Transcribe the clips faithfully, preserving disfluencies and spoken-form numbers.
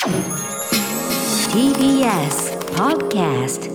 ティービーエス Podcast。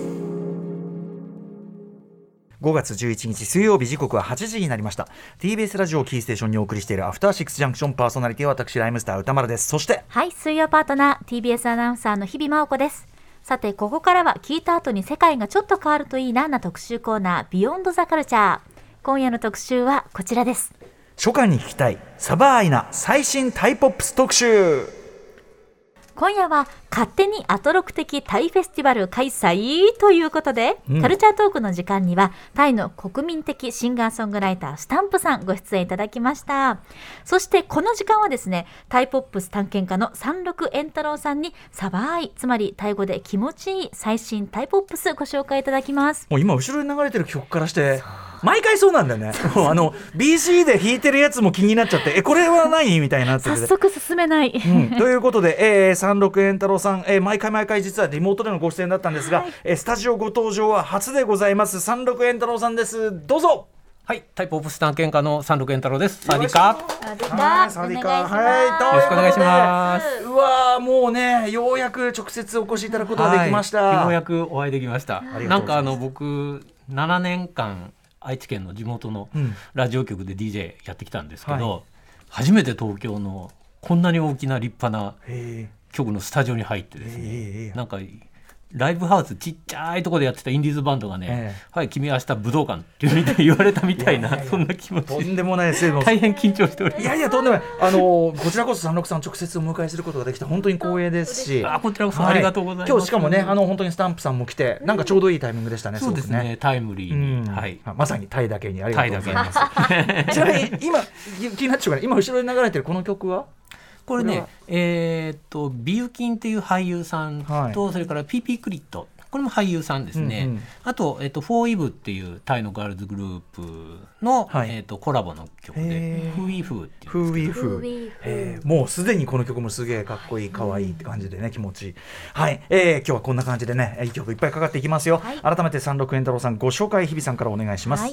ごがつじゅういちにち水曜日、時刻ははちじになりました。 ティービーエス ラジオをキーステーションにお送りしているアフターシックスジャンクション、パーソナリティは私ライムスター歌丸です。そしてはい、水曜パートナー ティービーエス アナウンサーの日々真央子です。さて、ここからは聞いた後に世界がちょっと変わるといいなな特集コーナー、ビヨンドザカルチャー。今夜の特集はこちらです。 初夏に聞きたいサバアイナ最新タイポップス特集。 今夜は勝手にアトロク的タイフェスティバル開催ということで、うん、カルチャートークの時間にはタイの国民的シンガーソングライタースタンプさんご出演いただきました。そしてこの時間はですね、タイポップス探検家の三六円太郎さんにサバーイ、つまりタイ語で気持ちいい最新タイポップスご紹介いただきます。 もう今後ろに流れてる曲からして毎回そうなんだよね。もうあの ビーシー で弾いてるやつも気になっちゃってえこれは何みたいになってて早速進めない、 うん、ということで、えー、三六円太郎さん、えー、毎回毎回実はリモートでのご出演だったんですが、はい、えー、スタジオご登場は初でございます。三六円太郎さんです。どうぞ。 はい、タイポップス探検家の三六円太郎です。サディカサディカ、 はい、よろしくお願いします。 うわもうね、ようやく直接お越しいただくことができました、 はい、ようやくお会いできました。なんかあの僕ななねんかん愛知県の地元のラジオ局で ディージェー やってきたんですけど、うん、はい、初めて東京のこんなに大きな立派な局のスタジオに入ってですね、なんかライブハウスちっちゃいところでやってたインディーズバンドがね、えー、はい、君は明日武道館っていう風に言われたみたいな、いやいやいやそんな気持ち。 とんでもないです。 大変緊張しております。 いやいやとんでもない。あのこちらこそ三六さん直接お迎えすることができて本当に光栄ですし、 あこちらこそありがとうございます。 はい、今日しかもね、あの本当にスタンプさんも来て、なんかちょうどいいタイミングでしたね。 そうですね、 ね、 タイムリーに、 うん、 はい、 まさにタイだけにありがとうございます。 ちなみに今気になっちゃうから、今後ろに流れてるこの曲はこれね、えー、っとビユキンっていう俳優さんと、はい、それから ピーピー クリット、これも俳優さんですね、うんうん、あと、えっと、フォーイブっていうタイのガールズグループの、はい、えっと、コラボの曲でフーイーフーっていうんですけど、 フーイーフー、もうすでにこの曲もすげえかっこいいかわいいって感じでね、気持ちいい。はい、えー、今日はこんな感じでね、いい曲いっぱいかかっていきますよ、はい、改めて三六円太郎さんご紹介日比さんからお願いします。はい、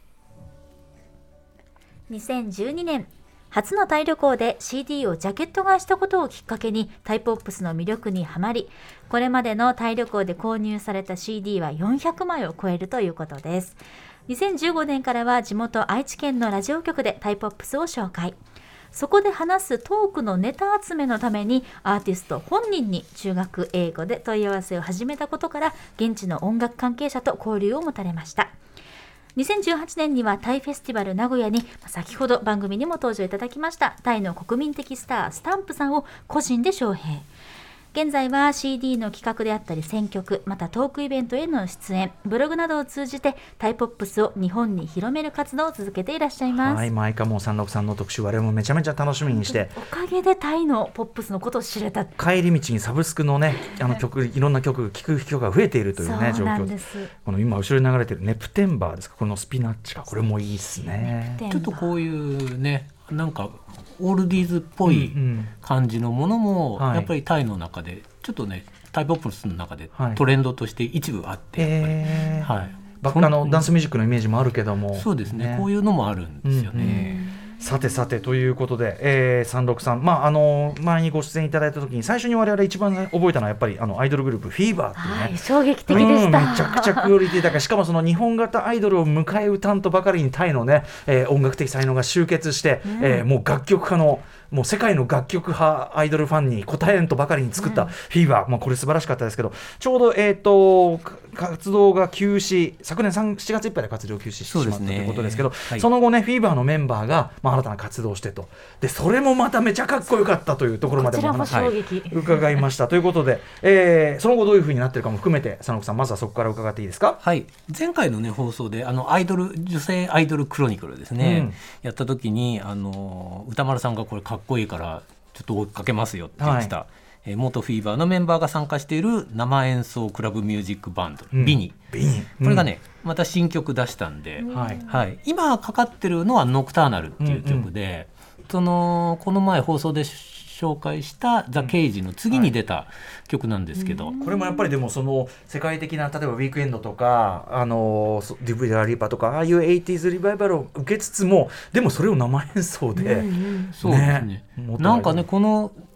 にせんじゅうにねん初のタイ旅行で シーディー をジャケット買いしたことをきっかけにタイポップスの魅力にはまり、これまでのタイ旅行で購入された シーディー はよんひゃくまいを超えるということです。にせんじゅうごねんからは地元愛知県のラジオ局でタイポップスを紹介。そこで話すトークのネタ集めのためにアーティスト本人に中学英語で問い合わせを始めたことから、現地の音楽関係者と交流を持たれました。にせんじゅうはちねんにはタイフェスティバル名古屋に先ほど番組にも登場いただきましたタイの国民的スタースタンプさんを個人で招聘。現在は シーディー の企画であったり選曲、またトークイベントへの出演、ブログなどを通じてタイポップスを日本に広める活動を続けていらっしゃいます。 はい、毎回もう三六さんの特集我々もめちゃめちゃ楽しみにして、 おかげでタイのポップスのことを知れた。 帰り道にサブスクのね、あの曲いろんな曲聴く人が増えているというね、状況で、この今後ろに流れているネプテンバーですか、このスピナッチがこれもいいですね。 ちょっとこういうね、なんかオールディーズっぽい感じのものも、うんうん、やっぱりタイの中でちょっとね、タイポップスの中でトレンドとして一部あって、はい、やっぱり、えー、はい、 バカのダンスミュージックのイメージもあるけども、 そうですね、こういうのもあるんですよね。 うんうん、さてさてということで、えー、三六さん、まあ、あの前にご出演いただいた時に最初に我々一番、ね、覚えたのはやっぱりあのアイドルグループフィーバーっていうね、はい、 衝撃的でした、 うん、めちゃくちゃクオリティ高い、しかもその日本型アイドルを迎え撃たんとばかりにタイの、ね、えー、音楽的才能が集結して、うん、えー、もう楽曲派のもう世界の楽曲派アイドルファンに応えんとばかりに作ったフィーバー、うん、まあ、これ素晴らしかったですけど、ちょうど、えー、と活動が休止、昨年しちがついっぱいで活動を休止してしまったということですけど、 そ, ね、はい、その後ねフィーバーのメンバーが、まあ、新たな活動をしてと、でそれもまためちゃかっこよかったというところまでも話、はい、伺いましたということで、えー、その後どういう風になってるかも含めて佐野さん、まずはそこから伺っていいですか。 はい、前回の、ね、放送であのアイドル女性アイドルクロニクルですね、うん、やった時にあの歌丸さんがこれかっこいいからちょっと追いかけますよって言ってた、はい、えー、元フィーバーのメンバーが参加している生演奏クラブミュージックバンド、うん、ビニ、 ビニ、 これがね、うん、また新曲出したんで、はいはい、今かかってるのはノクターナルっていう曲で、うんうん、そのこの前放送で紹介したザ・ケイジの次に出た曲なんですけど、 うん、はい、これもやっぱりでもその世界的な例えばウィークエンドとかあのデュブリア・リーパーとかああいうエイティーズリバイバルを受けつつも、でもそれを生演奏で、 うんうん、そうですね、なんかねこの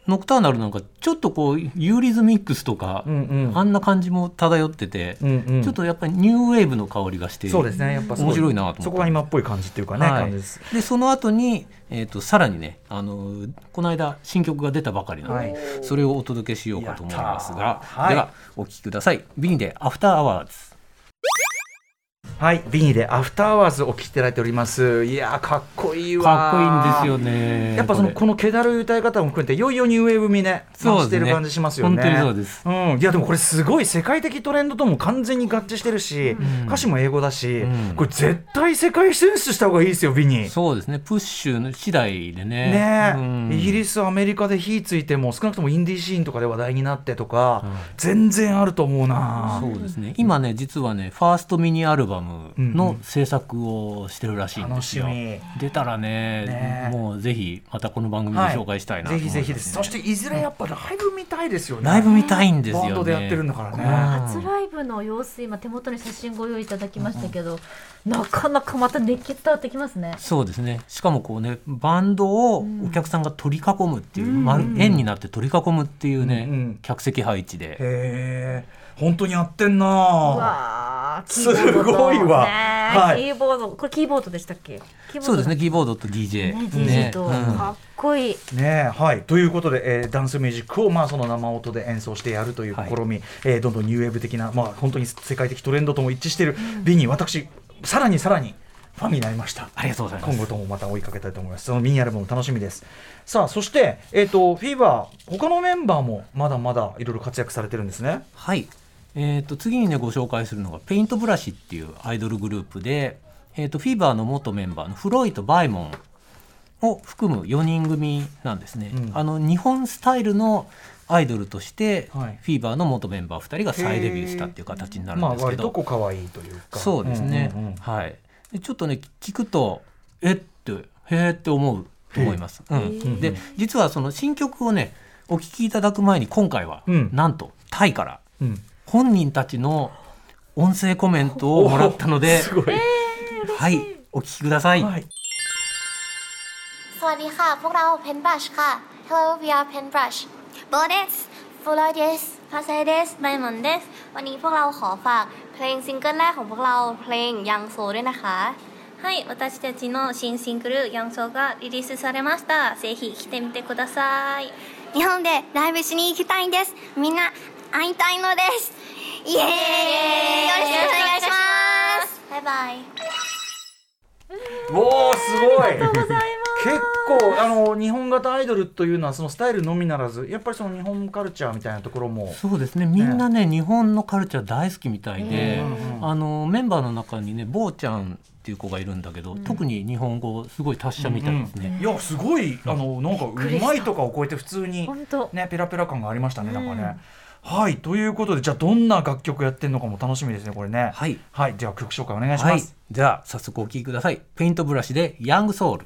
ノクターナルなんかちょっとこうユーリズミックスとか、うんうん、あんな感じも漂ってて、うんうん、ちょっとやっぱりニューウェーブの香りがして、 そうですね、やっぱ面白いなと思って、 そこが今っぽい感じっていうかね、はい、感じです。 でその後に、えー、とさらにね、あのこの間新曲が出たばかりなので、はい、それをお届けしようかと思いますが、はい、ではお聴きください。ビニでアフターアワーズ。 はい、ビニーでアフターアワーズお聴きいただいております。いやーかっこいいわ。 かっこいいんですよね。 やっぱそのこの気だるい歌い方も含めていよいよニューウェーブ味ね増してる感じしますよね。 本当にそうです、 うん、いやでもこれすごい世界的トレンドとも完全に合致してるし、うん、歌詞も英語だし、うん、これ絶対世界進出した方がいいですよビニー。 そうですね、プッシュ次第でねね、うん、イギリスアメリカで火ついても少なくともインディーシーンとかで話題になってとか、うん、全然あると思うな。 そうですね、今ね実はねファーストミニアルバムの、うん制作をしてるらしいんですよ。出たら ね, ねもうぜひまたこの番組で紹介したいなと思います、ね、 はい、ぜひぜひです。そしていずれやっぱライブ見たいですよね。 ライブ見たいんですよね。 バンドでやってるんだからね。 初ライブの様子今手元に写真ご用意いただきましたけど、うん、なかなかまた熱気伝わってきますね。 そうですね、しかもこうねバンドをお客さんが取り囲むっていう、うん、円になって取り囲むっていうね、うん、客席配置で、 へー本当にやってんな。うわすごいわ、 ねはい、キーボードこれキーボードでしたっけ。 そうですね、キーボードと ディージェー、 ね、ディージェー と、ねうん、かっこいいね。はいということで、えー、ダンスミュージックをまあその生音で演奏してやるという試み、はいえー、どんどんニューウェーブ的なまあ本当に世界的トレンドとも一致している美に、うん、私さらにさらにファンになりました。 ありがとうございます。 今後ともまた追いかけたいと思います。そのミニアルバム楽しみです。さあそして、えー、とフィーバー他のメンバーもまだまだいろいろ活躍されてるんですね。 はい、えー、と次にねご紹介するのがペイントブラシっていうアイドルグループで、えー、とフィーバーの元メンバーのフロイとバイモンを含むよにん組なんですね、うん、あの日本スタイルのアイドルとして、はい、フィーバーの元メンバーふたりが再デビューしたっていう形になるんですけど、まあ、割とこう可愛いというかそうですね、うんうんうんはい、でちょっとね聞くとえってへーって思うと思います、うん、で実はその新曲をねお聴きいただく前に今回は、うん、なんとタイから、うん本人たちの音声コメントをもらったので、 すごいはい、お聞きください。はい、 สวัสดีค่ะพวกเรา Paintbrush ค่ะ Hello we are Paintbrush โบเดสฟูลอยเดสพาเซเดสไดมอนด์เดสวันนี้พวกเราขอฝากเพลงซิงเกิลแรกของพวกเราเพลงยังโซด้วยนะคะはい、私たちの新シングルヤンソーがリリースされました。ぜひ来てみてください。日本でライブしに行きたいんです。みんな会いたいのです。イエーイ、よろしくお願いします。バイバイ。 おーすごい。ありがとうございます。結構あの日本型アイドルというのはそのスタイルのみならずやっぱりその日本カルチャーみたいなところもそうですね、みんなね、ね日本のカルチャー大好きみたいで、うんうん、あのメンバーの中にねボーちゃんっていう子がいるんだけど、うん、特に日本語すごい達者みたいですね、 うんうん、いやすごいあのなんかうまいとかを超えて普通にねペラペラ感がありましたね、なんかね、うん、はいということでじゃあどんな楽曲やってるのかも楽しみですねこれね。 はい、 はい、じゃあ曲紹介お願いします、はい、 じゃあ早速お聴きください。ペイントブラシでヤングソウル。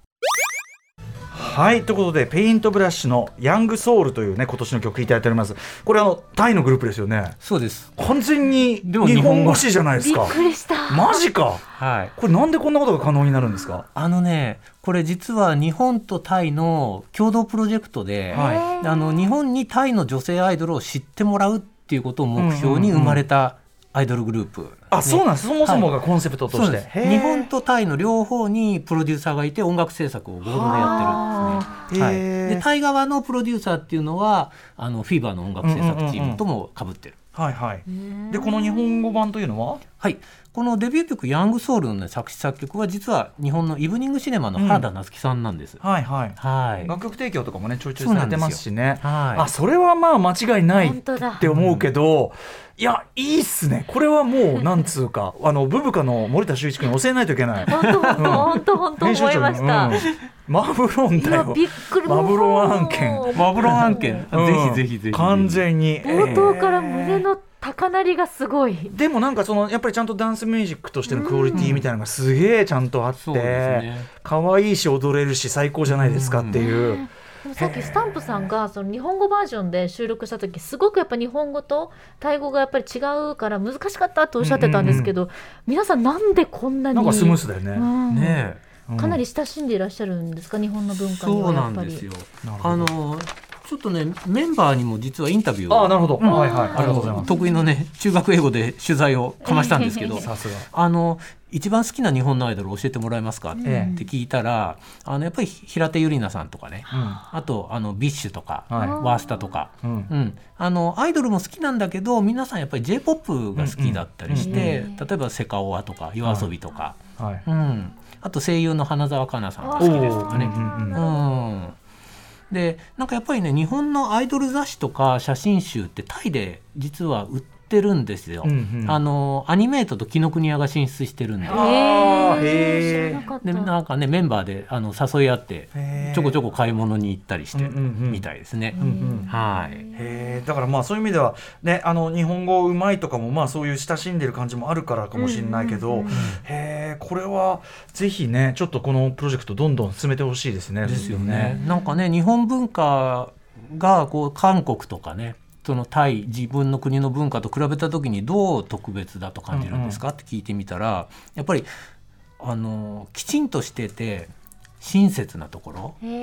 はいということでペイントブラシのヤングソウルというね今年の曲いただいております。これあのタイのグループですよね。 そうです。 完全に日本語詞じゃないですか。 びっくりした。 マジか。 はい。 これなんでこんなことが可能になるんですか。 あのねこれ実は日本とタイの共同プロジェクトで、はい、あの日本にタイの女性アイドルを知ってもらうっていうことを目標に生まれたアイドルグループ、うんうんうん、 あ、そうなんです。そもそもがコンセプトとして、 はい、日本とタイの両方にプロデューサーがいて音楽制作を合同でやってるんですね、はい、でタイ側のプロデューサーっていうのはあのフィーバーの音楽制作チームとも被ってる、 うんうんうん、はいはい。でこの日本語版というのは、 はい、このデビュー曲ヤングソウルの、ね、作詞作曲は実は日本のイブニングシネマの原田夏樹さんなんです、 うん、はいはい、はい、楽曲提供とかもねちょいちょいされてますしね。 はい、 あそれはまあ間違いないって思うけど、いやいいっすねこれはもうなんつうかあのブブカの森田修一君に教えないといけない。 本当本当本当思いました、うん、 マブロンだよ。 びっくり。 マブロン案件マブロン案件、うん、ぜひぜひぜひ完全に冒頭から胸の高鳴りがすごい。 でもなんかそのやっぱりちゃんとダンスミュージックとしてのクオリティみたいなのがすげえちゃんとあって、ね、可愛いし踊れるし最高じゃないですかっていう、うんさっきスタンプさんがその日本語バージョンで収録した時すごくやっぱ日本語とタイ語がやっぱり違うから難しかったとおっしゃってたんですけど、うんうんうん、皆さんなんでこんなになんかスムースだよね、うん、 ね、 うん、かなり親しんでいらっしゃるんですか日本の文化にはやっぱり。 そうなんですよ。あのちょっとねメンバーにも実はインタビューをあなるほど、うんはいはい、ありがとうございます。 得意のね中学英語で取材をかましたんですけどさすがあの一番好きな日本のアイドルを教えてもらえますかって聞いたら、あのやっぱり平手友梨奈さんとかね、うん、あとあのビッシュとか、はい、ワースタとか、うんうん、あのアイドルも好きなんだけど皆さんやっぱり J-ポップ が好きだったりして、うんうん、例えばセカオワとか夜遊びとか、はいはいうん、あと声優の花澤香菜さんが好きですとかね。うんうんうんでなんかやっぱりね日本のアイドル雑誌とか写真集ってタイで実は売ってるんですよ、うんうん、あのアニメートと紀ノ国屋が進出してるんで、 あへでなんかねメンバーであの誘い合ってちょこちょこ買い物に行ったりしてるみたいですね、うんうんうん、はいへだからまあそういう意味では、ね、あの日本語うまいとかもまあそういう親しんでる感じもあるからかもしれないけど、うんうんうん、へこれはぜひねちょっとこのプロジェクトどんどん進めてほしいですね。 ですよね。なんかね日本文化がこう韓国とかねその対自分の国の文化と比べた時にどう特別だと感じるんですか、うんうん、って聞いてみたらやっぱりあのきちんとしてて親切なところ、うん、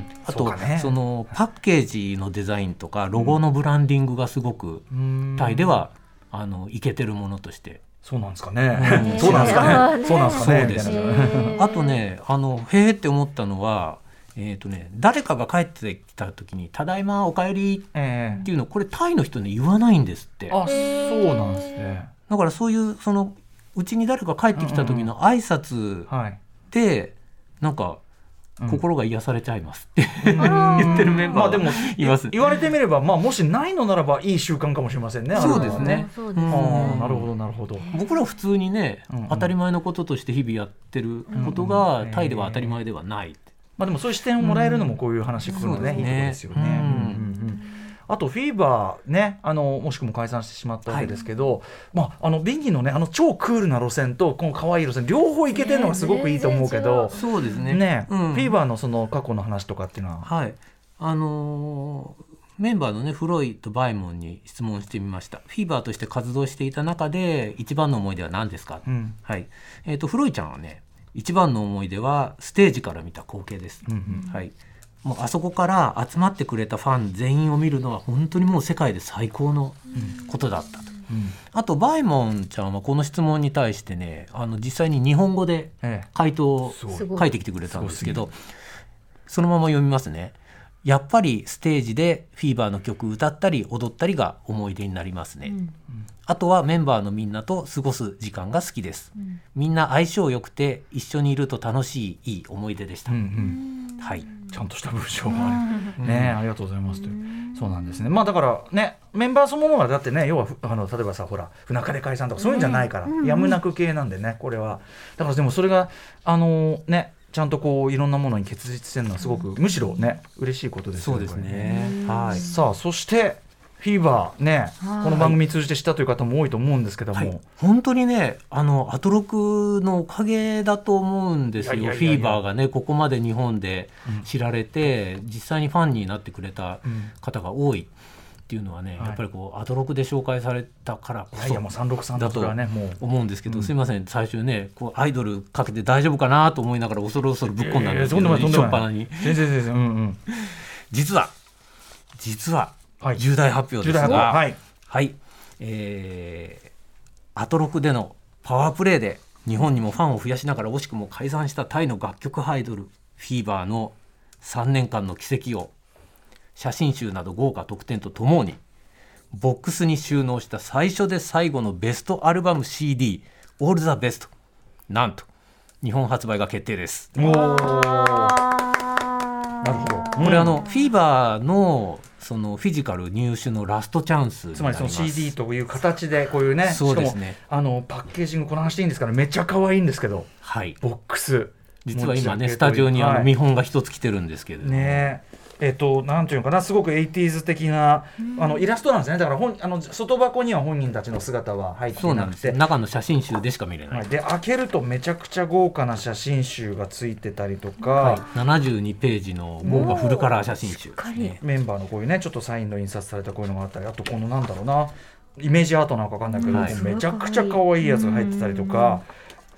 あと そ,、ね、そのパッケージのデザインとかロゴのブランディングがすごく、うん、タイではあのイケてるものとしてそうなんですかね、うん、そうなんですかねそうなんですかねそうですあとねあのへーって思ったのはえーとね、誰かが帰ってきた時にただいまお帰りっていうのこれタイの人に言わないんですって。 あそうなんですね。 だからそういうそのうちに誰か帰ってきた時の挨拶でなんか心が癒されちゃいますって、うん、言ってるメンバーがいます、 まあ、言われてみれば、まあ、もしないのならばいい習慣かもしれませんね。 そうですね。 あなるほどなるほど。 僕ら普通にね、うんうん、当たり前のこととして日々やってることが、うんうん、タイでは当たり前ではない。 まあ、でもそういう視点をもらえるのもこういう話来るので、ねうん、いいことですよね、うんうんうん、あとフィーバーねあのもしくも解散してしまったわけですけど、はいまあ、あのビンギのねあの超クールな路線とこの可愛い路線両方いけてるのがすごくいいと思うけど、 そうですね、 ね、うん、フィーバーのその過去の話とかっていうのは、 はいあのー、メンバーのねフロイとバイモンに質問してみました。フィーバーとして活動していた中で一番の思い出は何ですか、うんはいえー、とフロイちゃんはね一番の思い出はステージから見た光景です、うんうんはい、もうあそこから集まってくれたファン全員を見るのは本当にもう世界で最高のことだったと、うん、あとバイモンちゃんはこの質問に対してねあの実際に日本語で回答を書いてきてくれたんですけど、そのまま読みますね。やっぱりステージでフィーバーの曲歌ったり踊ったりが思い出になりますね、うん、あとはメンバーのみんなと過ごす時間が好きです、うん、みんな相性良くて一緒にいると楽しいいい思い出でした、うんうんはい、 ちゃんとした文章がある、ね、ありがとうございますという、そうなんですね。まあだからねメンバーそのものがだってね要はあの例えばさほら船枯解散とかそういうんじゃないから、ね、やむなく系なんでねこれはだからでもそれがあのねちゃんとこういろんなものに結実してるのはすごく、うん、むしろね嬉しいことですよね。 そうですね、はい、 さあそしてフィーバーねこの番組通じて知ったという方も多いと思うんですけども、はい、 本当にねあのアトロクのおかげだと思うんですよ。いやいやいやいやフィーバーがねここまで日本で知られて、うん、実際にファンになってくれた方が多いっていうのはね、うん、やっぱりこうアトロクで紹介されたからこそだと思うんですけど、すいません最初ねこうアイドルかけて大丈夫かなと思いながら恐る恐るぶっ込んだんですけど、ね、一緒っぱなに全然全然、うんうん、実は実は重大発表ですが、はい、はいえー、アトロクでのパワープレイで日本にもファンを増やしながら惜しくも解散したタイの楽曲アイドルフィーバーのさんねんかんの奇跡を写真集など豪華特典とともにボックスに収納した最初で最後のベストアルバム シーディー All the Best なんと日本発売が決定です。おーなるほど、うん、これあのフィーバーのそのフィジカル入手のラストチャンスになります。 つまりその シーディー という形でこういうね、そうですね、しかもあのパッケージングこの話でいいんですからめっちゃ可愛いんですけど、はい、ボックス実は今ねスタジオにあの見本が一つ来てるんですけれども、はい、ねえー、となんていうのかなすごくエイティーズ的なあのイラストなんですね。だから本あの外箱には本人たちの姿は入ってなくて、そうなんです。 中の写真集でしか見れない、はい、 で開けるとめちゃくちゃ豪華な写真集がついてたりとか、はい、 ななじゅうにページの豪華フルカラー写真集ですね。 メンバーのこういうねちょっとサインの印刷されたこういうのがあったり、あとこのなんだろうなイメージアートなんか分かんないけど、はい、めちゃくちゃ可愛いやつが入ってたりとか、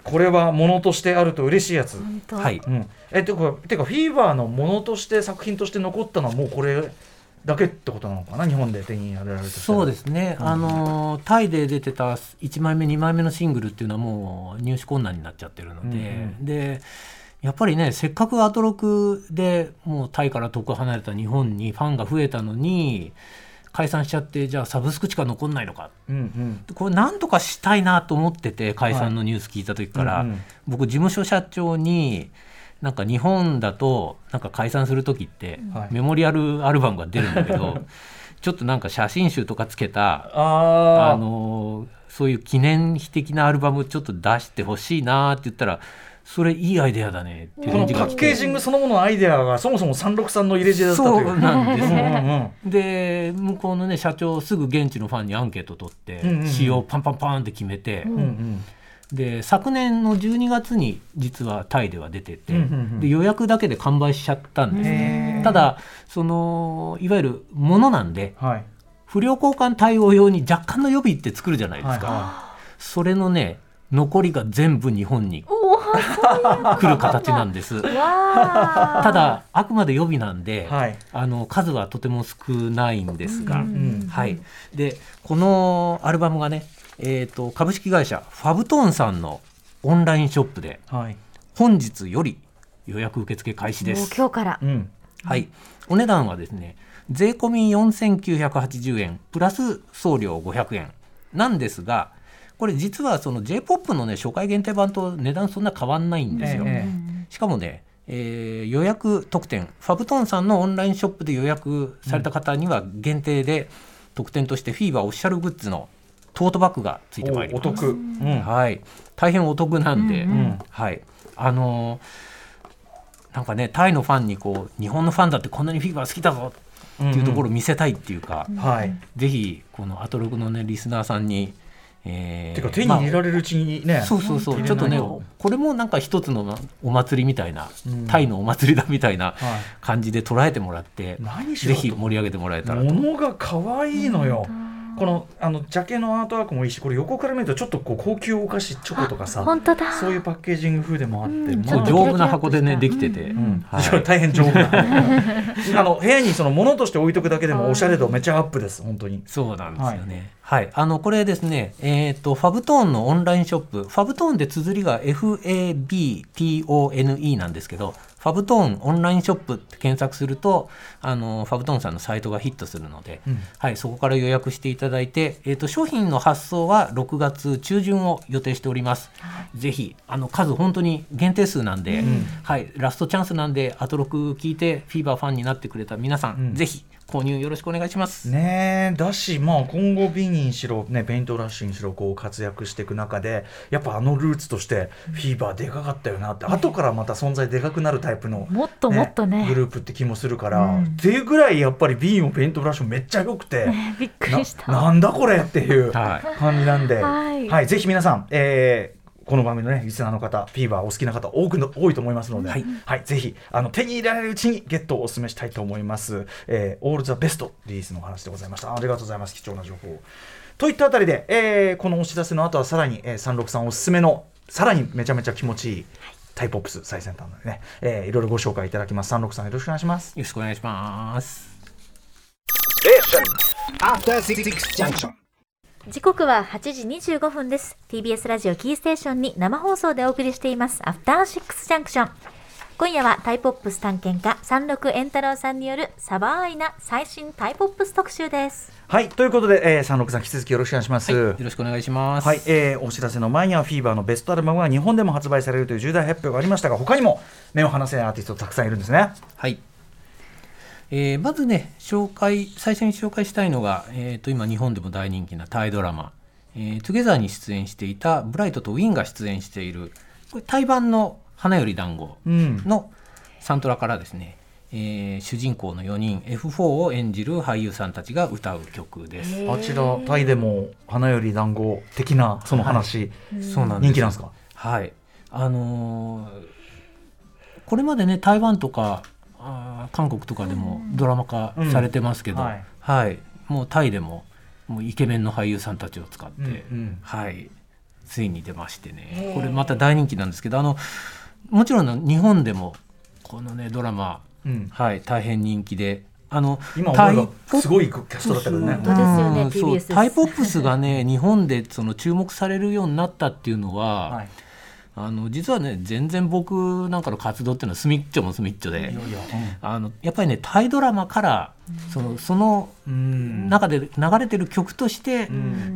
これはものとしてあると嬉しいやつ。 はい、 うん、えてかてかフィーバーのものとして作品として残ったのはもうこれだけってことなのかな、日本で手に入れられるとしたら。 そうですね、うん、あのタイで出てたいちまいめにまいめのシングルっていうのはもう入手困難になっちゃってるので、うんうん、でやっぱりね、せっかくアトロクでもうタイから遠く離れた日本にファンが増えたのに解散しちゃって、じゃあサブスクしか残んないのか、うんうん、これなんとかしたいなと思ってて、解散のニュース聞いた時から、はい、うんうん、僕事務所社長になんか日本だとなんか解散する時ってメモリアルアルバムが出るんだけど、はい、ちょっとなんか写真集とかつけた あ, あのそういう記念碑的なアルバムちょっと出してほしいなって言ったら、それいいアイデアだねっていうこのパッケージングそのもののアイデアがそもそもさんろくさんの入れ知恵だったという。 そうなんですねで向こうのね社長すぐ現地のファンにアンケート取って、うんうんうん、仕様パンパンパンって決めて、うんうん、で昨年のじゅうにがつに実はタイでは出てて、うんうんうん、で予約だけで完売しちゃったんですね。ただそのいわゆるものなんで、はい、不良交換対応用に若干の予備って作るじゃないですか、はいはい、それのね残りが全部日本に来る形なんですただあくまで予備なんで、はい、あの数はとても少ないんですが、うんうんはい、でこのアルバムがね、えーと、株式会社ファブトーンさんのオンラインショップで、はい、本日より予約受付開始です。 今日から、 うんはい、お値段はですね税込みよんせんきゅうひゃくはちじゅうえんプラス送料ごひゃくえんなんですが、これ実はその J-ポップ のね初回限定版と値段そんな変わんないんですよ、ええ、しかもね、えー、予約特典ファブトーンさんのオンラインショップで予約された方には限定で特典としてフィーバーオフィシャルグッズのトートバッグがついてまいります。 お得、うんはい、大変お得なんで、うんうんはい、あのー、なんかねタイのファンにこう日本のファンだってこんなにフィーバー好きだぞっていうところを見せたいっていうか、うんうんはい、ぜひこのアトロクのねリスナーさんにえー、 てか手に入れられるうちにね、まあ、 そうそうそうちょっとねこれもなんか一つのお祭りみたいな、うん、タイのお祭りだみたいな感じで捉えてもらって、はい、ぜひ盛り上げてもらえたらと。 物が可愛いのよ、うんこのあのジャケのアートワークもいいし、これ横から見るとちょっとこう高級お菓子チョコとかさ、 本当だそういうパッケージング風でもあって、うん、 もう丈夫な箱でねできてて、うんうんはい、大変丈夫なあの部屋にその物として置いとくだけでもおしゃれ度めちゃアップです本当に。 そうなんですよね、はいはい、あのこれですね、えーと、ファブトーンのオンラインショップ、ファブトーンで綴りが エフエービーティーオーエヌイー なんですけど、ファブトーンオンラインショップって検索するとあのファブトーンさんのサイトがヒットするので、うんはい、そこから予約していただいて、えーと、商品の発送はろくがつちゅうじゅんを予定しております、はい、ぜひあの数本当に限定数なんで、うんはい、ラストチャンスなんでアトロク聞いてフィーバーファンになってくれた皆さん、うん、ぜひ購入よろしくお願いしますね。だし、まあ、今後ビニーしろ、ね、ペイントラッシュにしろこう活躍していく中でやっぱあのルーツとしてフィーバーでかかったよなって、うん、後からまた存在でかくなるタイプの、 もっともっとね、 グループって気もするから、うん、っていうぐらいやっぱりビーもペイントラッシュめっちゃ良くて、 ね、びっくりしたな, なんだこれっていう感じなんで、 はいはい、ぜひ皆さん、えーこの番組のねリスナーの方、フィーバーお好きな方多くの多いと思いますので、はいはい、ぜひあの手に入れられるうちにゲットをお勧めしたいと思います。えー、オールザベストリリースのお話でございました。ありがとうございます。貴重な情報といったあたりで、えー、このお知らせの後はさらに、えー、さんろくさんおすすめのさらにめちゃめちゃ気持ちいいタイポップス最先端のね、えー、いろいろご紹介いただきます。さんろくさんよろしくお願いします。 よろしくお願いします。 時刻ははちじにじゅうごふんです。 ティービーエス ラジオキーステーションに生放送でお送りしていますアフターシックスジャンクション。今夜はタイポップス探検家三六円太郎さんによるサバーイな最新タイポップス特集です。 はい、ということで、えー、三六さん引き続きよろしくお願いします、 はい、よろしくお願いします。 はい、えー、お知らせの前にはフィーバーのベストアルバムが日本でも発売されるという重大発表がありましたが、他にも目を離せないアーティストたくさんいるんですね。 はい、えー、まずね紹介最初に紹介したいのが、えー、と今日本でも大人気なタイドラマ、えー、トゥゲザーに出演していたブライトとウィンが出演しているこれタイ版の花より団子のサントラからですね、うんえー、主人公のよにん エフフォー を演じる俳優さんたちが歌う曲です。 あちらタイでも花より団子的なその話、 はい、そうなんです。 人気なんですか。 はいあのー、これまでね台湾とかあ韓国とかでもドラマ化されてますけど、うんはいはい、もうタイでももうイケメンの俳優さんたちを使って、うんうんはい、 ついに出ましてね、これまた大人気なんですけど、あのもちろん日本でもこのねドラマ、うん、はい、大変人気で、あの今思えばすごいキャストだったけどね。 本当ですよね。 うん、 ティービーエスそうタイポップスがね日本でその注目されるようになったっていうのは、はい、あの実はね全然僕なんかの活動っていうのはスミッチョもスミッチョで、いやいや、うん、あのやっぱりねタイドラマからその、その中で流れてる曲として、うん、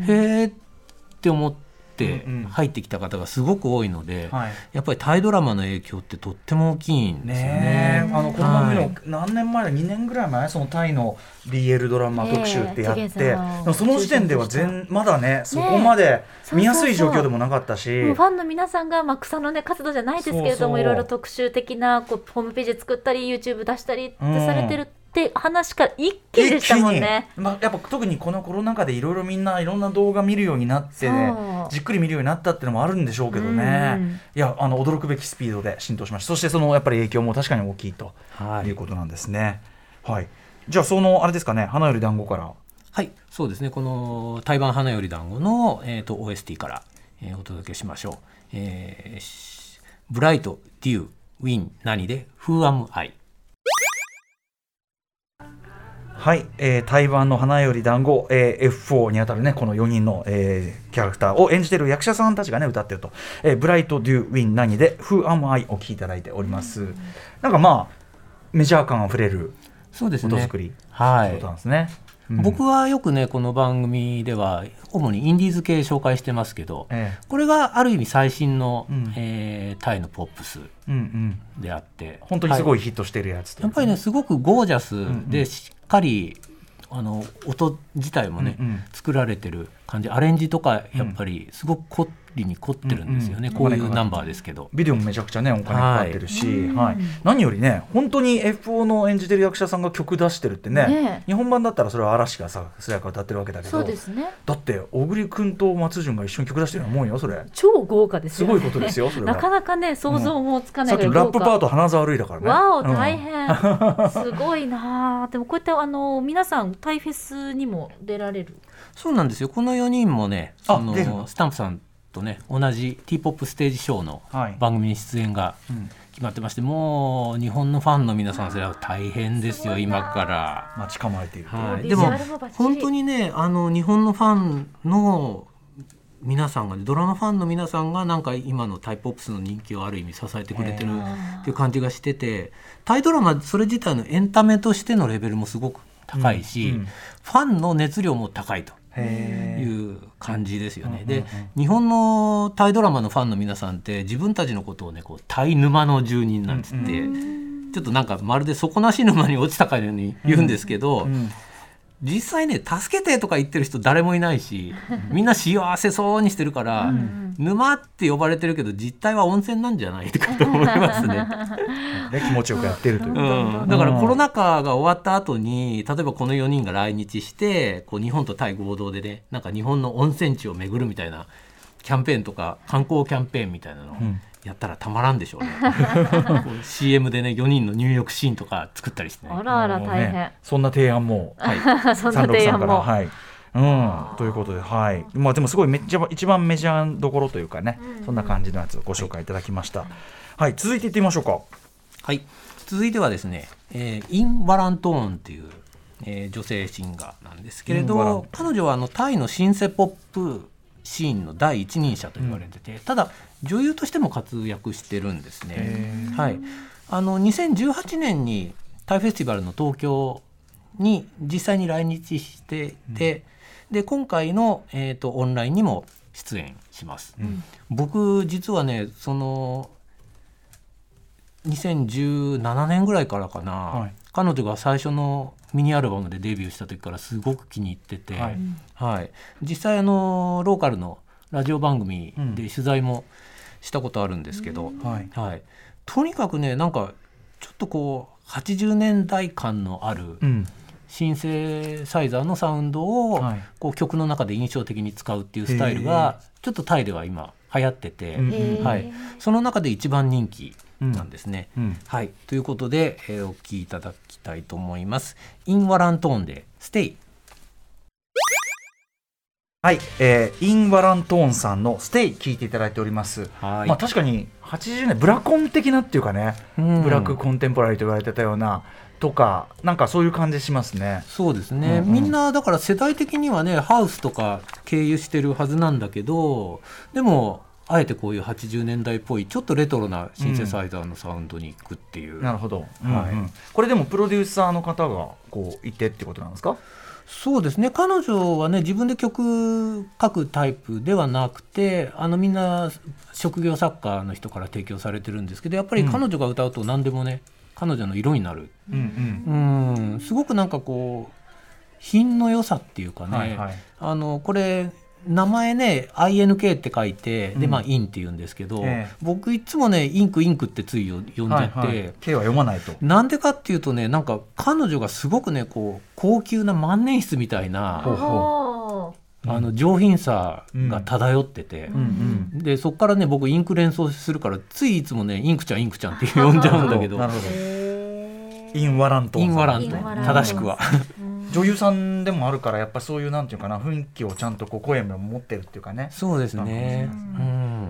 へーって思って入ってきた方がすごく多いので、うんうん、やっぱりタイドラマの影響ってとっても大きいんですよね。 ね、あのこの番組の何年前だ、にねんぐらい前、そのタイの ビーエル ドラマ特集ってやって、えー、その時点では全まだねそこまで見やすい状況でもなかったし、 そうそうそう、ファンの皆さんが、まあ、草の根活動じゃないですけれども、いろいろ特集的なこうホームページ作ったり YouTube 出したりってされてる、うんって話から一気でしたもんね。 まあ、やっぱ特にこのコロナ禍でいろいろみんないろんな動画見るようになって、ね、じっくり見るようになったっていうのもあるんでしょうけどね、うん、いやあの驚くべきスピードで浸透しました。そしてそのやっぱり影響も確かに大きいと、はい、いうことなんですね。はい、じゃあそのあれですかね、花より団子から。 はい、そうですね、この台湾花より団子の、えー、と オーエスティー から、えー、お届けしましょう。えー、ブライト、デュー、ウィン、何で Who am I。 はい、えー、台湾の花より団子、えー、エフフォー にあたるねこのよにんの、えー、キャラクターを演じている役者さんたちがね歌っていると、えー、ブライト・デュ・ウィン・何で Who am I お聴きいただいております。なんかまあメジャー感あふれる音作り、 はい、 そうなんですね。うん、 僕はよくねこの番組では主にインディーズ系紹介してますけど、ええ、これがある意味最新の、うん、えー、タイのポップスであって、うんうん、 本当にすごいヒットしてるやつ、 はい、やっぱりねすごくゴージャスでしっかりあの音自体もね、うんうん、作られてる感じ、アレンジとかやっぱりすごく凝りに凝ってるんですよね、うんうん、こういうナンバーですけど、 ビデオもめちゃくちゃねお金かかってるし、はいはい、何よりね本当に エフフォー の演じてる役者さんが曲出してるって ね, ね日本版だったらそれは嵐がさすやか歌ってるわけだけど、 そうですね、 だって小栗君と松潤が一緒に曲出してるようなもんよ。それ超豪華ですよね。 すごいことですよそれは。 なかなかね想像もつかないぐらい豪華、うん、さっきラップパート花沢類だからね。 わお大変、うん、すごいな。でもこうやってあの皆さんタイフェスにも出られる。 そうなんですよ。このよにんもねあのスタンプさんとね同じ ティーポップ ステージショーの番組に出演が決まってまして、はい、うん、もう日本のファンの皆さんそれは大変ですよ今から待ち構えている、 はい、でも本当にねあの日本のファンの皆さんが、ね、ドラマファンの皆さんがなんか今のタイポップスの人気をある意味支えてくれてるっていう感じがしてて、タイドラマそれ自体のエンタメとしてのレベルもすごく高いし、うんうん、ファンの熱量も高いという感じですよね。で、日本のタイドラマのファンの皆さんって自分たちのことをねこうタイ沼の住人なんつって、うんうん、ちょっとなんかまるで底なし沼に落ちたかのように言うんですけど、うんうん、実際ね助けてとか言ってる人誰もいないし、みんな幸せそうにしてるから、うん、沼って呼ばれてるけど実態は温泉なんじゃないとかと思いますね。 ね、気持ちよくやってるという、 うん、だからコロナ禍が終わった後に例えばこのよにんが来日してこう日本とタイ合同でねなんか日本の温泉地を巡るみたいなキャンペーンとか観光キャンペーンみたいなのをやったらたまらんでしょうね。シーエム でねよにんの入浴シーンとか作ったりして、ね、 あらあら大変、 ね、そんな提案も、 はい、そんな提案も、 はい、うん、ということで、はい、まあ、でもすごいめっちゃ一番メジャーどころというかね、うん、そんな感じのやつをご紹介いただきました、はいはい、続いていってみましょうか。 はい、続いてはですね、えー、イン・ワラントーンっていう、えー、女性シンガーなんですけれど、彼女はあのタイのシンセポップシーンの第一人者と言われてて、うん、ただ女優としても活躍してるんですね。はい、あのにせんじゅうはちねんにタイフェスティバルの東京に実際に来日してて、うん、で今回の、えーと、オンラインにも出演します、うん、僕実はねそのにせんじゅうななねんぐらいからかな、はい、彼女が最初のミニアルバムでデビューした時からすごく気に入ってて、はいはい、実際あのローカルのラジオ番組で取材もしたことあるんですけど、うん、はいはい、とにかくねなんかちょっとこうはちじゅうねんだい感のあるシンセサイザーのサウンドをこう曲の中で印象的に使うっていうスタイルがちょっとタイでは今流行ってて、はい、その中で一番人気なんですね、うんうん、はい、ということで、えー、お聴きいただきたいと思います。イン・ワラントーンでステイ。 はい、えー、イン・ワラントーンさんのステイ聞いていただいております。 はい、 まあ、確かにはちじゅうねんブラコン的なっていうかね、うん、ブラックコンテンポラリーと言われてたようなとか、なんかそういう感じしますね。 そうですね、うんうん、みんなだから世代的にはねハウスとか経由してるはずなんだけど、でもあえてこういうはちじゅうねんだいっぽいちょっとレトロなシンセサイザーのサウンドに行くっていう、うん、 なるほど、はい、うんうん、これでもプロデューサーの方がこういてってことなんですか？ そうですね、彼女はね自分で曲書くタイプではなくて、あのみんな職業作家の人から提供されてるんですけど、やっぱり彼女が歌うと何でもね、うん、彼女の色になる、うんうん、うんすごくなんかこう品の良さっていうかね、はいはい、あのこれ名前ね アイエヌケー って書いて、でまあインって言うんですけど、えー、僕いつもねインクインクってつい呼んじゃって、はいはい、 K は読まないと。 なんでかっていうとね、なんか彼女がすごくねこう高級な万年筆みたいな、ほうほう、あの上品さが漂ってて、うんうん、でそっからね僕インク連想するからついいつもねインクちゃんインクちゃんって呼んじゃうんだけど、 なるほど、インワラントンさん、 インワラントン正しくは女優さんでもあるから、やっぱそういうなんていうかな、雰囲気をちゃんとこう声も持ってるっていうかね。 そうですね、うん、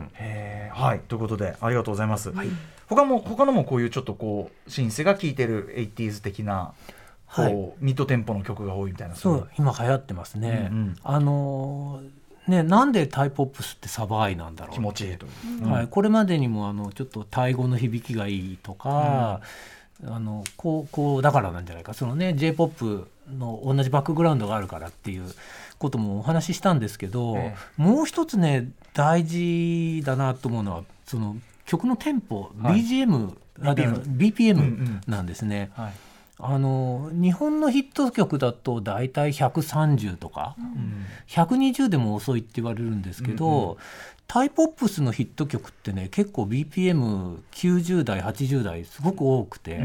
へはい、ということでありがとうございます、はい、他も他のもこういうちょっとこうシンセが聴いてるエイティーズ的なこう、はい、ミッドテンポの曲が多いみたいな。 そう今流行ってますね、うんうん、あのーね、なんでタイポップスってサバイなんだろう、 気持ちいいと、 うん、はい、これまでにもあのちょっとタイ語の響きがいいとか、うん、あのこう、こうだからなんじゃないか、そのね J-ポップ の同じバックグラウンドがあるからっていうこともお話ししたんですけど、ええ、もう一つね大事だなと思うのはその曲のテンポ、はい、ビージーエム ビーピーエム、ビーピーエム なんですね、うんうん、はい、あの日本のヒット曲だとだいたいひゃくさんじゅうとか、うん、ひゃくにじゅうでも遅いって言われるんですけど、うんうん、タイポップスのヒット曲ってね結構 ビーピーエムきゅうじゅう 代はちじゅう代すごく多くて、うんうん、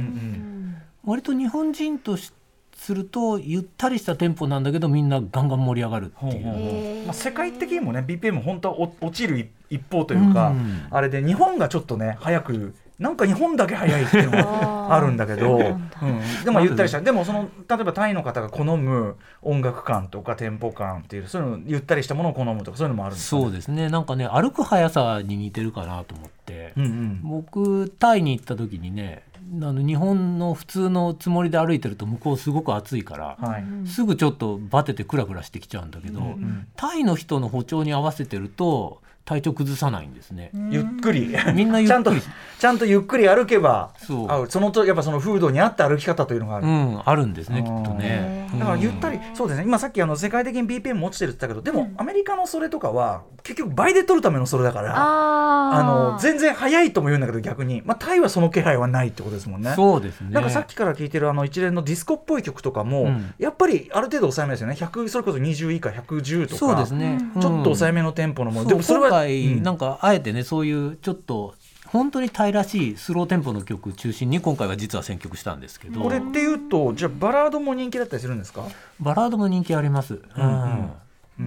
割と日本人としてするとゆったりしたテンポなんだけどみんなガンガン盛り上がるっていう、ほうほうほう、 まあ、世界的にもね ビーピーエム 本当は落ちる一方というか、うん、あれで日本がちょっとね早く、なんか日本だけ早いっていうのがあるんだけど、うん、でもゆったりした、でもその例えばタイの方が好む音楽感とかテンポ感っていうそういうのゆったりしたものを好むとかそういうのもあるんですかね。 そうですね、なんかね歩く速さに似てるかなと思って、うんうん、僕タイに行った時にねあの日本の普通のつもりで歩いてると向こうすごく暑いから、はい、すぐちょっとバテてクラクラしてきちゃうんだけど、うんうん、タイの人の歩調に合わせてると体調崩さないんですね。 ゆっくりみんなゆっくりちゃんとちゃんとゆっくり歩けば、そうそのとやっぱその風土に合った歩き方というのがある、 うん、あるんですねきっとね。 だからゆったり、そうですね、今さっきあの世界的に ビーピーエム 落ちてるって言ったけど、でもアメリカのそれとかは結局倍で取るためのそれだから、ああの全然早いとも言うんだけど逆に、まあ、タイはその気配はないってことですもんね。 そうですね。 なんかさっきから聞いてるあの一連のディスコっぽい曲とかも、うん、やっぱりある程度抑えめですよね。ひゃくそれこそにじゅう以下ひゃくじゅうとか、 そうですね、 ちょっと抑えめのテンポのもの、 うん、でもそれは今回、うん、なんかあえてねそういうちょっと本当にタイらしいスローテンポの曲中心に今回は実は選曲したんですけど、 これっていうとじゃあバラードも人気だったりするんですか？ バラードも人気あります、うんうんうんうん、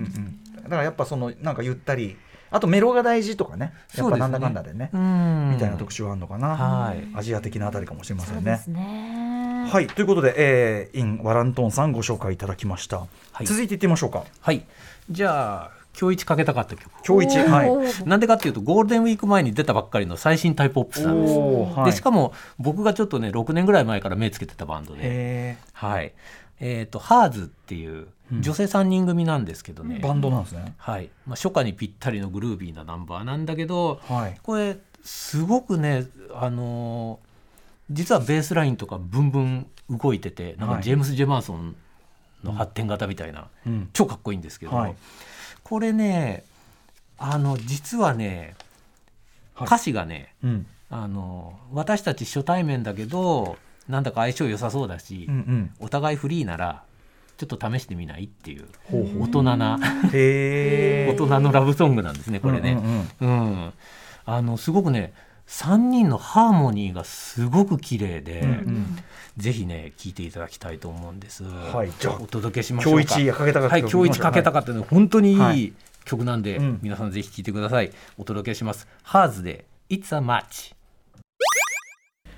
だからやっぱそのなんかゆったり、あとメロが大事とかね、やっぱなんだかんだでね、みたいな特集はあるのかな、はい、アジア的なあたりかもしれませんね。そうですね。はい、ということで、えー、イン・ワラントンさんご紹介いただきました、はい、続いていってみましょうか。 はい、じゃあ今日一かけたかった曲、 今日一、はい、 なんでかっていうとゴールデンウィーク前に出たばっかりの最新タイプポップスなんです、はい、でしかも僕がちょっとねろくねんぐらい前から目つけてたバンドで、はい、えーとハーズっていう女性さんにん組なんですけどね、うん、 バンドなんですね、 はい、まあ、初夏にぴったりのグルービーなナンバーなんだけど、はい、これすごくね、あのー、実はベースラインとかブンブン動いてて、なんかジェームス・ジェマーソンの発展型みたいな、うん、超かっこいいんですけど、はい、これねあの実はね歌詞がね、はい、うん、あの私たち初対面だけどなんだか相性良さそうだし、うんうん、お互いフリーならちょっと試してみないっていう大人な大人のラブソングなんですねこれね、うんうんうんうん、あのすごくねさんにんのハーモニーがすごく綺麗で、うんうん、ぜひね聴いていただきたいと思うんです、はい、じゃあお届けしましょうか。 今日一かけたかった、 はい、今日一かけたかったの、はい、本当にいい曲なんで、はい、皆さんぜひ聴いてください。お届けします。ハーズで It's a Match。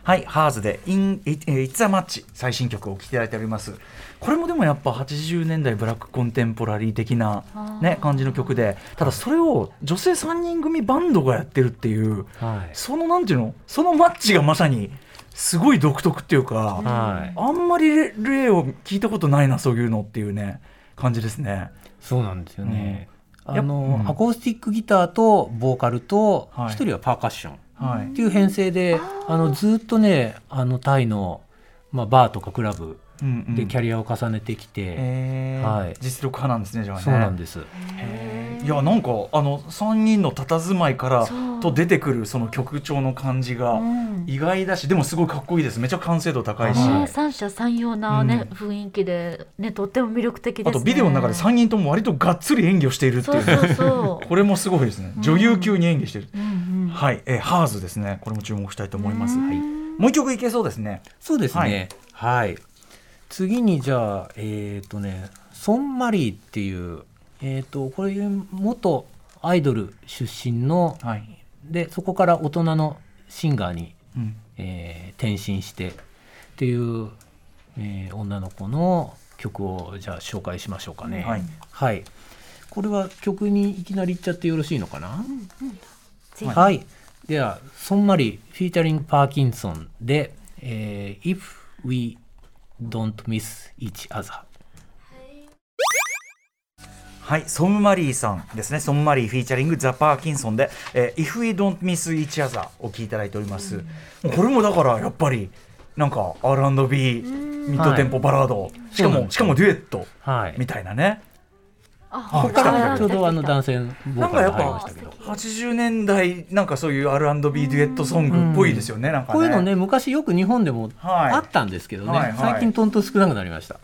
はい、ハーズで In It's a Match 最新曲を聴いていただいております。これもでもやっぱはちじゅうねんだいブラックコンテンポラリー的な、ね、感じの曲で、ただそれを女性さんにん組バンドがやってるっていう、はい、そのなんていうの、そのマッチがまさにすごい独特っていうか、はい、あんまり例を聞いたことないなそういうのっていうね感じですね。 そうなんですよね、うん、あの、うん、アコースティックギターとボーカルと一、はい、人はパーカッションっていう編成で、はい、あのずっとねあのタイの、まあ、バーとかクラブでキャリアを重ねてきて、うんうんはい、 実力派なんですね。じゃあね。 そうなんです。 いやなんかあのさんにんの佇まいからと出てくるその曲調の感じが意外だし、うん、でもすごいかっこいいです。めちゃ完成度高いし、 はい、三者三様な、ねうん、雰囲気で、ね、とっても魅力的ですね。 あとビデオの中でさんにんとも割とがっつり演技をしているっていう、そうそうそうこれもすごいですね。女優級に演技している、うんうんうん、はい、えー、ハーズですね。これも注目したいと思います、はい、もう一曲いけそうですね。 そうですね、はい、はい、次にじゃあえっ、ー、とねソンマリーっていうえー、とこれ元アイドル出身の、はい、でそこから大人のシンガーに、うんえー、転身してっていう、えー、女の子の曲をじゃあ紹介しましょうかね、はいはい、これは曲にいきなりいっちゃってよろしいのかな、うんうん、はい、ではソンマリーフィーチャリングパーキンソンで、えー、If We Don't Miss Each Other。 はい、ソンマリーさんですね。ソンマリーフィーチャリングザ・パーキンソンで、えー、If We Don't Miss Each Other を聴いていただいております、うん、これもだからやっぱりなんか アールアンドビー ミッドテンポバラード、はい、しかもしかもデュエットみたいなね、はい、 あここからちょうどあの男性ボーカルが入りましたけど、 はちじゅうねんだいなんかそういう アールアンドビー デュエットソングっぽいですよね。なんかねこういうのね昔よく日本でもあったんですけどね、はいはいはい、最近とんと少なくなりました、 うん、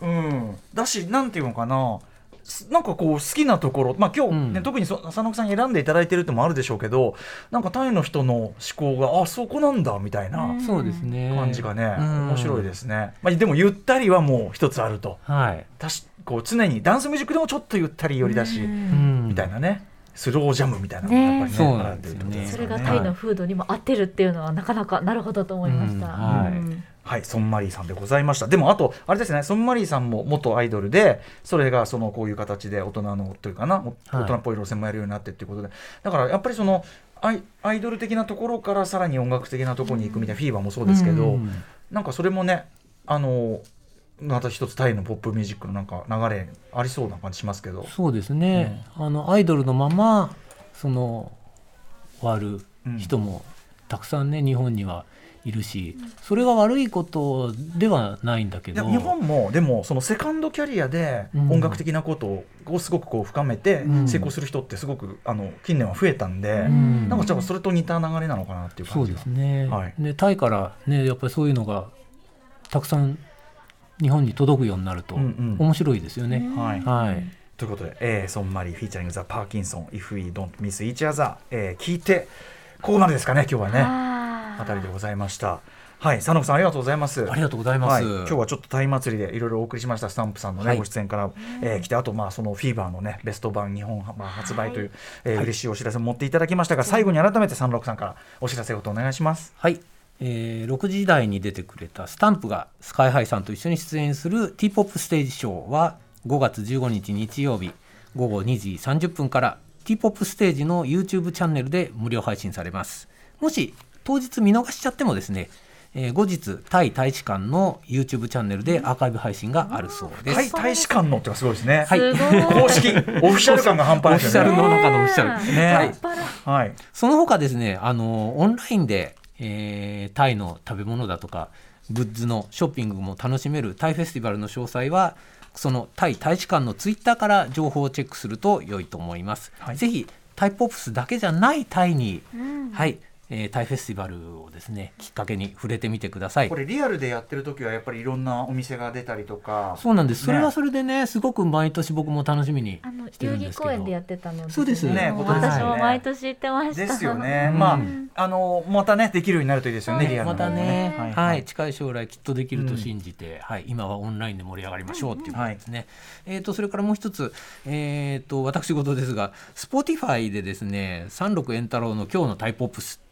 だしなんていうのかな、なんかこう好きなところ、まあ、今日、ねうん、特に佐野さん選んでいただいてるってもあるでしょうけど、なんかタイの人の思考があそこなんだみたいな感じがね、うん、面白いですね、まあ、でもゆったりはもう一つあると、はい、たしこう常にダンスミュージックでもちょっとゆったり寄りだし、うん、みたいなね、スロージャムみたいなのがやっぱり ね, ね, そうなんですよね。それがタイの風土にも合ってるっていうのはなかなかなるほどと思いました、うんはいうんはい、ソンマリーさんでございました。でもあとあれですね、ソンマリーさんも元アイドルで、それがそのこういう形で大人のというかな、大人っぽい路線もやるようになってっていうことで、だからやっぱりそのア イ, アイドル的なところからさらに音楽的なところに行くみたいな、うん、フィーバーもそうですけど、うん、なんかそれもね、あのまた一つタイのポップミュージックのなんか流れありそうな感じしますけど。 そうですね、うん、あのアイドルのままその終わる人もたくさんね、日本にはいるし、それが悪いことではないんだけど、 日本もでもそのセカンドキャリアで音楽的なことをすごくこう深めて成功する人ってすごくあの近年は増えたんで、うん、なんかちょっとそれと似た流れなのかなっていう感じが。 そうですね、 はい、 でタイからねやっぱりそういうのがたくさん日本に届くようになると面白いですよね、うんうん、 はいはい、ということで、えー、ソンマリーフィーチャリングザ・パーキンソン If We Don't Miss Each Other、えー、聞いてここまでですかね今日はねあたりでございました。はい、佐野さんありがとうございます。 ありがとうございます、 はい、今日はちょっとタイ祭りでいろいろお送りしました。スタンプさんの、ねはい、ご出演から、えー、来て、あとまあそのフィーバーのねベスト版日本、まあ、発売という、はいえーはい、嬉しいお知らせを持っていただきましたが、最後に改めてさんろくさんからお知らせをお願いします。 はい、えー、ろくじ台に出てくれたスタンプがスカイハイさんと一緒に出演する T-ポップ ステージショーはごがつじゅうごにち日曜日ごごにじさんじゅっぷんから T-ポップ ステージの YouTube チャンネルで無料配信されます。もし当日見逃しちゃってもですね、えー、後日タイ大使館の YouTube チャンネルでアーカイブ配信があるそうです。 タイ大使館のってすごいですね、 はい、 公式オフィシャル感が半端ないですよね。 オフィシャルの中のオフィシャル、ねはいはい、 その他ですね、あのオンラインで、えー、タイの食べ物だとかグッズのショッピングも楽しめるタイフェスティバルの詳細はそのタイ大使館のツイッターから情報をチェックすると良いと思います、はい、ぜひタイポップスだけじゃないタイに、うんはいえー、タイフェスティバルをですねきっかけに触れてみてください。 これリアルでやってる時はやっぱりいろんなお店が出たりとか。 そうなんです、ね、それはそれでねすごく毎年僕も楽しみにしてるんですけど、 あの遊戯公園でやってたのです、ね、 そうですね、 私も毎年行ってました。 ですよね、うん、まああのまたねできるようになるといいですよね、はい、リアルまたね、はいはい、近い将来きっとできると信じて、うんはい、今はオンラインで盛り上がりましょうっていうことですね、うんはいえー、とそれからもう一つ、えー、と私事ですが Spotify でですねさんろくエンタロウの今日のタイポップスっ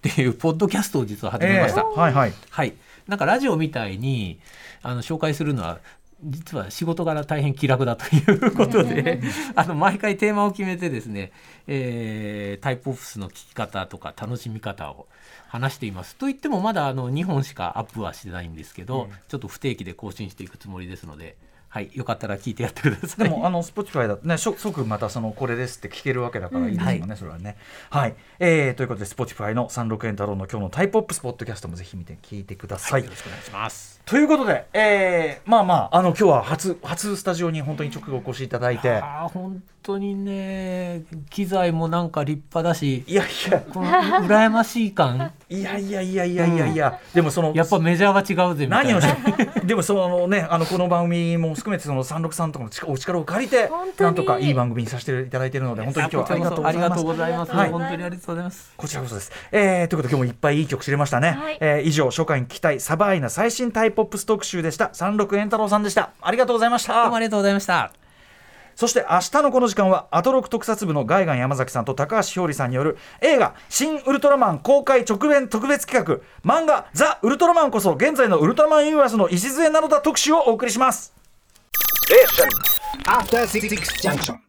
っていうポッドキャストを実は始めました、 えー、はいはい、 はい、なんかラジオみたいにあの紹介するのは実は仕事柄大変気楽だということであの毎回テーマを決めてですね、えー、タイプオプスの聞き方とか楽しみ方を話しています。といってもまだあのにほんしかアップはしてないんですけど、うん、ちょっと不定期で更新していくつもりですので、はい、よかったら聞いてやってください。 でもあの Spotify だとね即またそのこれですって聞けるわけだからいいですよね、うん、それはね。はい、えー、ということで Spotify のさんじゅうろくえん太郎の今日のタイプオプスポッドキャストもぜひ見て聞いてください、はい、 よろしくお願いします。 ということで、えー、まあまああの今日は初初スタジオに本当に直後お越しいただいて、 あ本当にね機材もなんか立派だし、 いやいやこの羨ましい感いやいやいやいやいやいや、うん、でもそのやっぱメジャーは違うぜみたいな。 何をでもそのねあのこの番組も含めてそのさんろくさんとかのお力を借りてなんとかいい番組にさせていただいているので本当に今日はありがとうございます。 ありがとうございます、はい、本当にありがとうございます。 こちらこそです、えー、ということで今日もいっぱいいい曲知れましたね、はい、えー、以上初回に聞きたいサバアイな最新タイプオプス特集でした。さんじゅうろくえん太郎さんでした。ありがとうございました。 どうもありがとうございました。 そして明日のこの時間はアトロク特撮部のガイガン山崎さんと高橋ひょうりさんによる映画新ウルトラマン公開直前特別企画漫画ザ・ウルトラマンこそ現在のウルトラマンユニバースの礎なのだ特集をお送りします。 After Six Junction